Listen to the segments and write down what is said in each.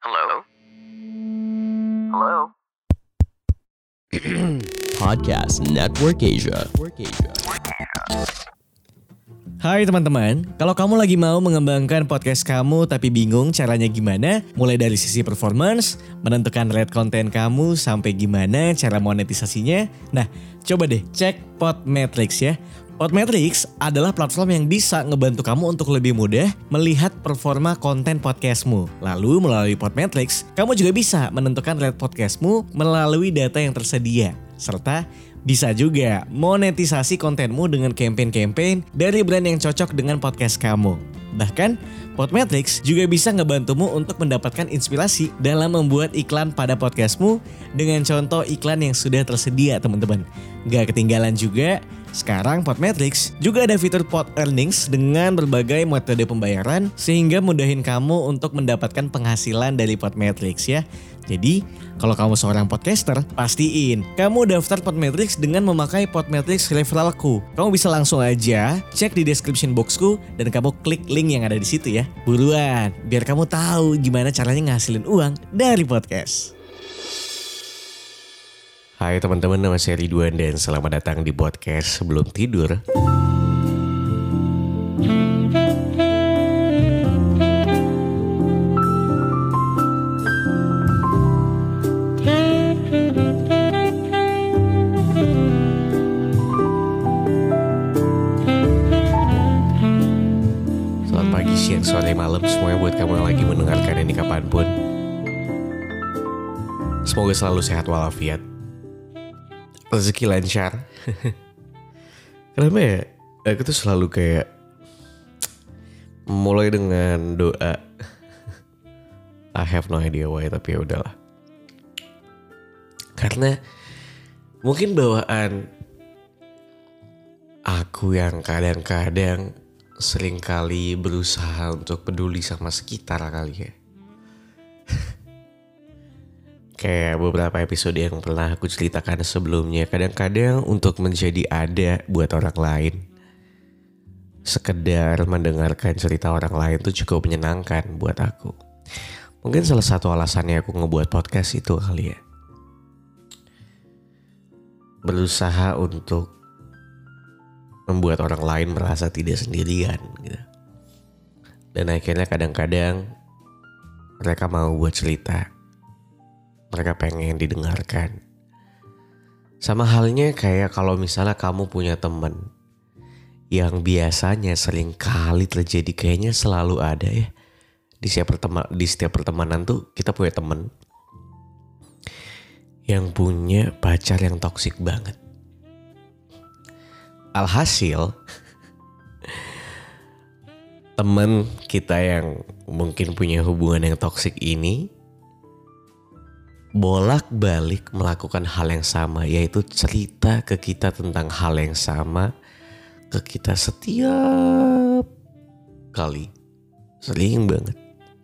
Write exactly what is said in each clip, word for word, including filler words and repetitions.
Hello? Hello? Podcast Network Asia. Hai teman-teman, kalau kamu lagi mau mengembangkan podcast kamu tapi bingung caranya gimana, mulai dari sisi performance, menentukan rate konten kamu sampai gimana cara monetisasinya, nah coba deh cek Podmetrics ya. Podmetrics adalah platform yang bisa ngebantu kamu untuk lebih mudah melihat performa konten podcastmu. Lalu melalui Podmetrics, kamu juga bisa menentukan rate podcastmu melalui data yang tersedia. Serta bisa juga monetisasi kontenmu dengan campaign-campaign dari brand yang cocok dengan podcast kamu. Bahkan, Podmetrics juga bisa ngebantumu untuk mendapatkan inspirasi dalam membuat iklan pada podcastmu dengan contoh iklan yang sudah tersedia teman-teman. Gak ketinggalan juga, sekarang Podmetrics juga ada fitur Pod Earnings dengan berbagai metode pembayaran sehingga mudahin kamu untuk mendapatkan penghasilan dari Podmetrics ya. Jadi, kalau kamu seorang podcaster, pastiin kamu daftar Podmetrics dengan memakai Podmetrics referralku. Kamu bisa langsung aja cek di description boxku dan kamu klik link yang ada di situ ya. Buruan, biar kamu tahu gimana caranya ngasilin uang dari podcast. Hai teman-teman, nama saya Ridwan dan selamat datang di podcast Sebelum Tidur. Selamat pagi, siang, sore, malam semuanya buat kamu yang lagi mendengarkan ini kapanpun. Semoga selalu sehat walafiat, rezeki lancar. Kenapa ya, aku tuh selalu kayak mulai dengan doa. I have no idea why, tapi ya udahlah. Karena mungkin bawaan aku yang kadang-kadang seringkali berusaha untuk peduli sama sekitar kali ya. Kayak beberapa episode yang pernah aku ceritakan sebelumnya, kadang-kadang untuk menjadi ada buat orang lain, sekedar mendengarkan cerita orang lain tuh cukup menyenangkan buat aku. Mungkin salah satu alasannya aku ngebuat podcast itu kali ya. Berusaha untuk membuat orang lain merasa tidak sendirian gitu. Dan akhirnya kadang-kadang mereka mau buat cerita. Mereka pengen didengarkan. Sama halnya kayak kalau misalnya kamu punya teman yang biasanya sering kali terjadi, kayaknya selalu ada ya. Di setiap, pertema- di setiap pertemanan tuh kita punya teman yang punya pacar yang toksik banget. Alhasil teman kita yang mungkin punya hubungan yang toksik ini bolak-balik melakukan hal yang sama, yaitu cerita ke kita tentang hal yang sama ke kita setiap kali. Sering banget.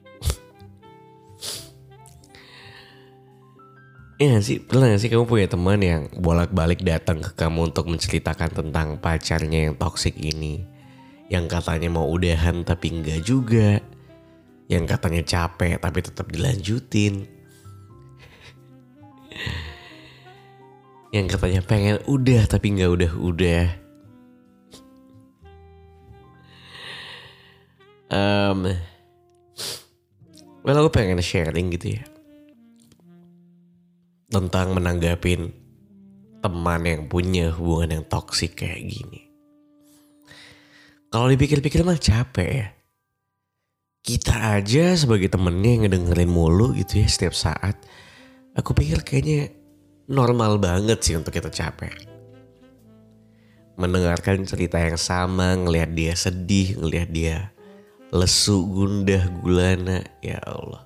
Iya gak sih? Pernah gak sih kamu punya teman yang bolak-balik datang ke kamu untuk menceritakan tentang pacarnya yang toksik ini, yang katanya mau udahan tapi enggak juga, yang katanya capek tapi tetap dilanjutin, yang katanya pengen udah tapi gak udah-udah. um, Well, aku pengen sharing gitu ya, tentang menanggapin teman yang punya hubungan yang toksik kayak gini. Kalau dipikir-pikir mah capek ya. Kita aja sebagai temennya ngedengerin mulu gitu ya setiap saat. Aku pikir kayaknya normal banget sih untuk kita capek. Mendengarkan cerita yang sama, ngelihat dia sedih, ngelihat dia lesu, gundah, gulana. Ya Allah.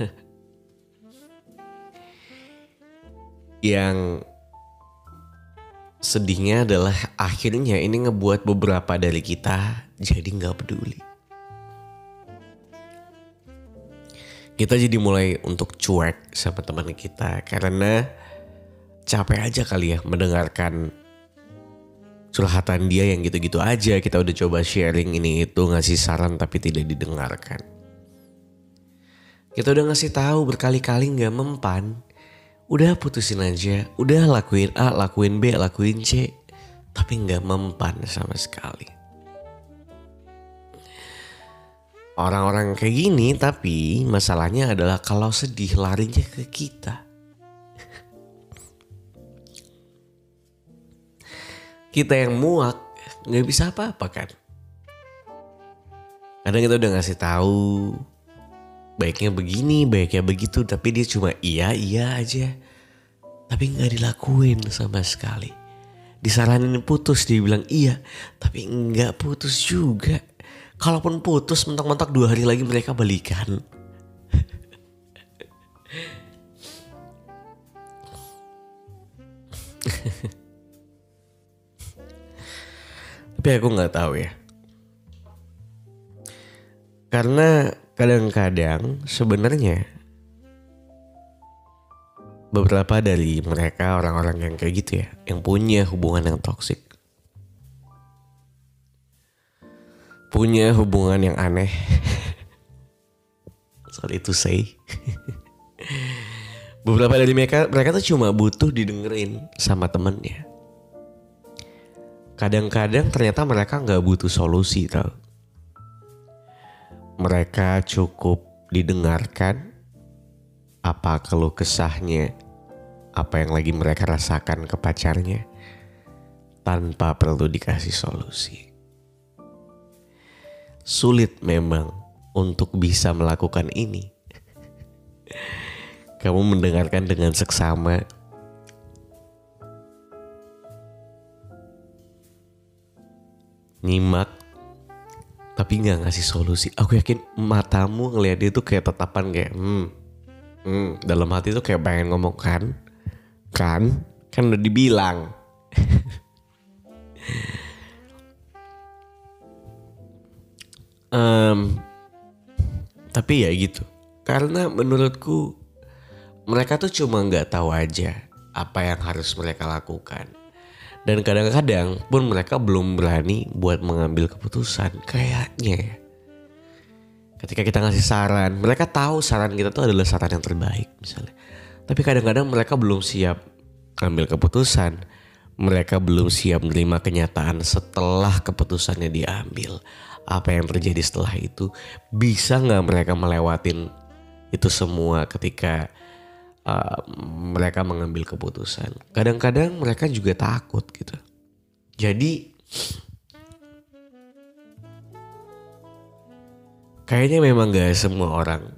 Yang sedihnya adalah akhirnya ini ngebuat beberapa dari kita jadi gak peduli. Kita jadi mulai untuk cuek sama teman kita karena capek aja kali ya mendengarkan curhatan dia yang gitu-gitu aja. Kita udah coba sharing ini itu, ngasih saran tapi tidak didengarkan. Kita udah ngasih tahu berkali-kali nggak mempan. Udah putusin aja, udah lakuin A, lakuin B, lakuin C. Tapi nggak mempan sama sekali. Orang-orang kayak gini, tapi masalahnya adalah kalau sedih larinya ke kita. Kita yang muak, nggak bisa apa-apa kan. Kadang kita udah ngasih tahu baiknya begini, baiknya begitu, tapi dia cuma iya iya aja, tapi nggak dilakuin sama sekali. Disaranin putus, dia bilang iya, tapi nggak putus juga. Kalaupun putus, mentok-mentok dua hari lagi mereka balikan. Tapi aku nggak tahu ya. Karena kadang-kadang sebenarnya beberapa dari mereka orang-orang yang kayak gitu ya, yang punya hubungan yang toksik, punya hubungan yang aneh. Sorry to say. Beberapa dari mereka, mereka tuh cuma butuh didengerin sama temennya. Kadang-kadang ternyata mereka nggak butuh solusi tau. Mereka cukup didengarkan apa keluh kesahnya, apa yang lagi mereka rasakan ke pacarnya, tanpa perlu dikasih solusi. Sulit memang untuk bisa melakukan ini. Kamu mendengarkan dengan seksama, nyimak, tapi gak ngasih solusi. Aku yakin matamu ngeliat dia tuh kayak tatapan kayak hmm, hmm, dalam hati tuh kayak pengen ngomong kan, kan, kan udah dibilang. um, tapi ya gitu. Karena menurutku mereka tuh cuma gak tahu aja apa yang harus mereka lakukan. Dan kadang-kadang pun mereka belum berani buat mengambil keputusan. Kayaknya ya. Ketika kita ngasih saran, mereka tahu saran kita tuh adalah saran yang terbaik misalnya. Tapi kadang-kadang mereka belum siap ambil keputusan. Mereka belum siap menerima kenyataan setelah keputusannya diambil. Apa yang terjadi setelah itu? Bisa gak mereka melewatin itu semua ketika Uh, mereka mengambil keputusan? Kadang-kadang mereka juga takut gitu. Jadi kayaknya memang gak semua orang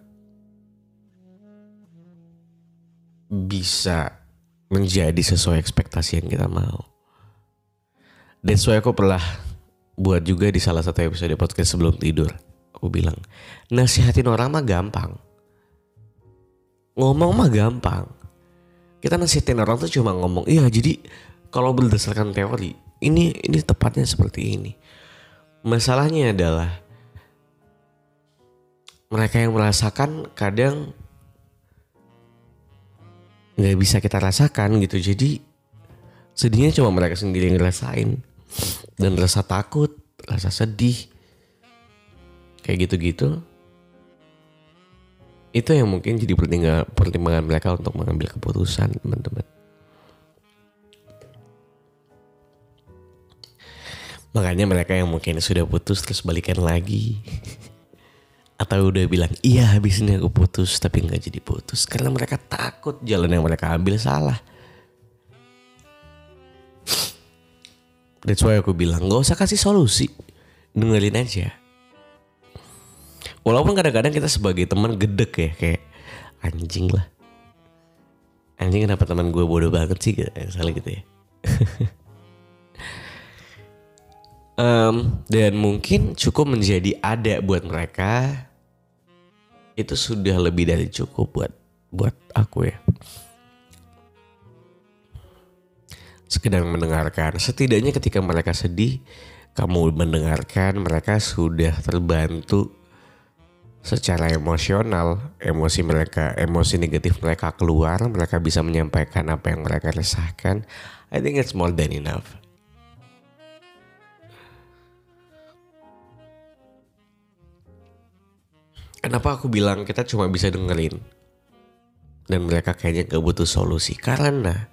bisa menjadi sesuai ekspektasi yang kita mau. That's why aku pernah buat juga di salah satu episode podcast sebelum tidur. Aku bilang, nasihatin orang mah gampang, ngomong mah gampang. Kita nasihatin orang tuh cuma ngomong, iya jadi kalau berdasarkan teori ini ini tepatnya seperti ini. Masalahnya adalah mereka yang merasakan kadang nggak bisa kita rasakan gitu. Jadi sedihnya cuma mereka sendiri yang ngerasain. Dan rasa takut, rasa sedih, kayak gitu-gitu, itu yang mungkin jadi pertimbangan mereka untuk mengambil keputusan, teman-teman. Makanya mereka yang mungkin sudah putus terus balikan lagi. Atau udah bilang, iya habis ini aku putus, tapi gak jadi putus. Karena mereka takut jalan yang mereka ambil salah. That's why aku bilang, gak usah kasih solusi, dengerin aja. Walaupun kadang-kadang kita sebagai teman gedek ya, kayak anjing lah, anjing kenapa teman gue bodoh banget sih, misalnya gitu ya. um, dan mungkin cukup menjadi ada buat mereka, itu sudah lebih dari cukup buat buat aku ya. Sekedar mendengarkan, setidaknya ketika mereka sedih, kamu mendengarkan, mereka sudah terbantu secara emosional, emosi mereka, emosi negatif mereka keluar, mereka bisa menyampaikan apa yang mereka resahkan. I think it's more than enough. Kenapa aku bilang kita cuma bisa dengerin dan mereka kayaknya gak butuh solusi? Karena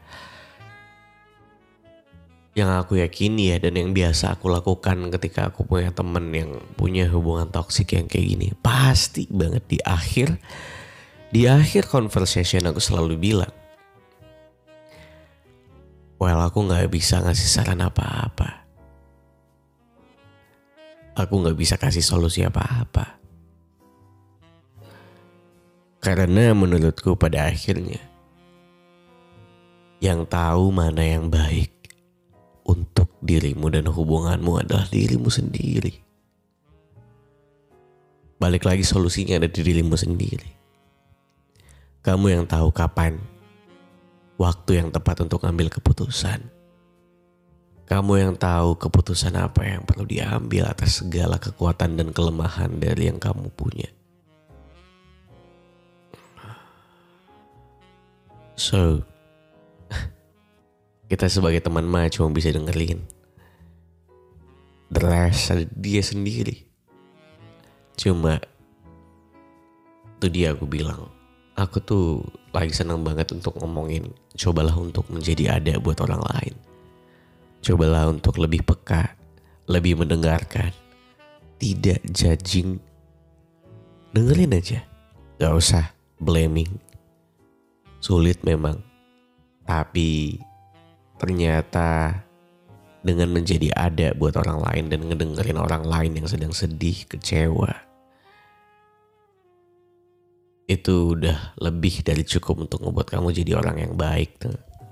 yang aku yakini ya, dan yang biasa aku lakukan ketika aku punya temen yang punya hubungan toksik yang kayak gini, pasti banget di akhir di akhir conversation aku selalu bilang, well, aku gak bisa ngasih saran apa-apa, aku gak bisa kasih solusi apa-apa. Karena menurutku pada akhirnya yang tahu mana yang baik untuk dirimu dan hubunganmu adalah dirimu sendiri. Balik lagi, solusinya ada di dirimu sendiri. Kamu yang tahu kapan waktu yang tepat untuk ambil keputusan. Kamu yang tahu keputusan apa yang perlu diambil atas segala kekuatan dan kelemahan dari yang kamu punya. So, kita sebagai teman mah cuma bisa dengerin. The rest ada dia sendiri. Cuma itu dia aku bilang, aku tuh lagi senang banget untuk ngomongin, cobalah untuk menjadi ada buat orang lain. Cobalah untuk lebih peka, lebih mendengarkan, tidak judging. Dengerin aja, gak usah blaming. Sulit memang, tapi ternyata dengan menjadi ada buat orang lain dan ngedengerin orang lain yang sedang sedih, kecewa, itu udah lebih dari cukup untuk membuat kamu jadi orang yang baik tuh.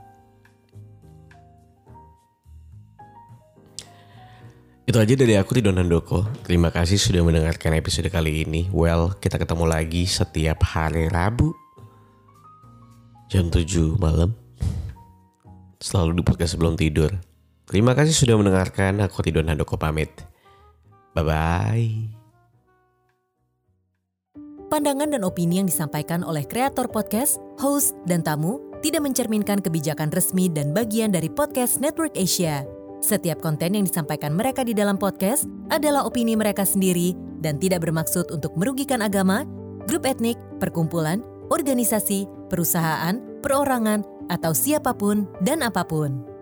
Itu aja dari aku, Ridwan Handoko. Terima kasih sudah mendengarkan episode kali ini. Well, kita ketemu lagi setiap hari Rabu jam tujuh malam, selalu di podcast sebelum tidur. Terima kasih sudah mendengarkan. Aku Ridwan Handoko pamit. Bye-bye. Pandangan dan opini yang disampaikan oleh kreator podcast, host, dan tamu tidak mencerminkan kebijakan resmi dan bagian dari podcast Network Asia. Setiap konten yang disampaikan mereka di dalam podcast adalah opini mereka sendiri dan tidak bermaksud untuk merugikan agama, grup etnik, perkumpulan, organisasi, perusahaan, perorangan, atau siapapun dan apapun.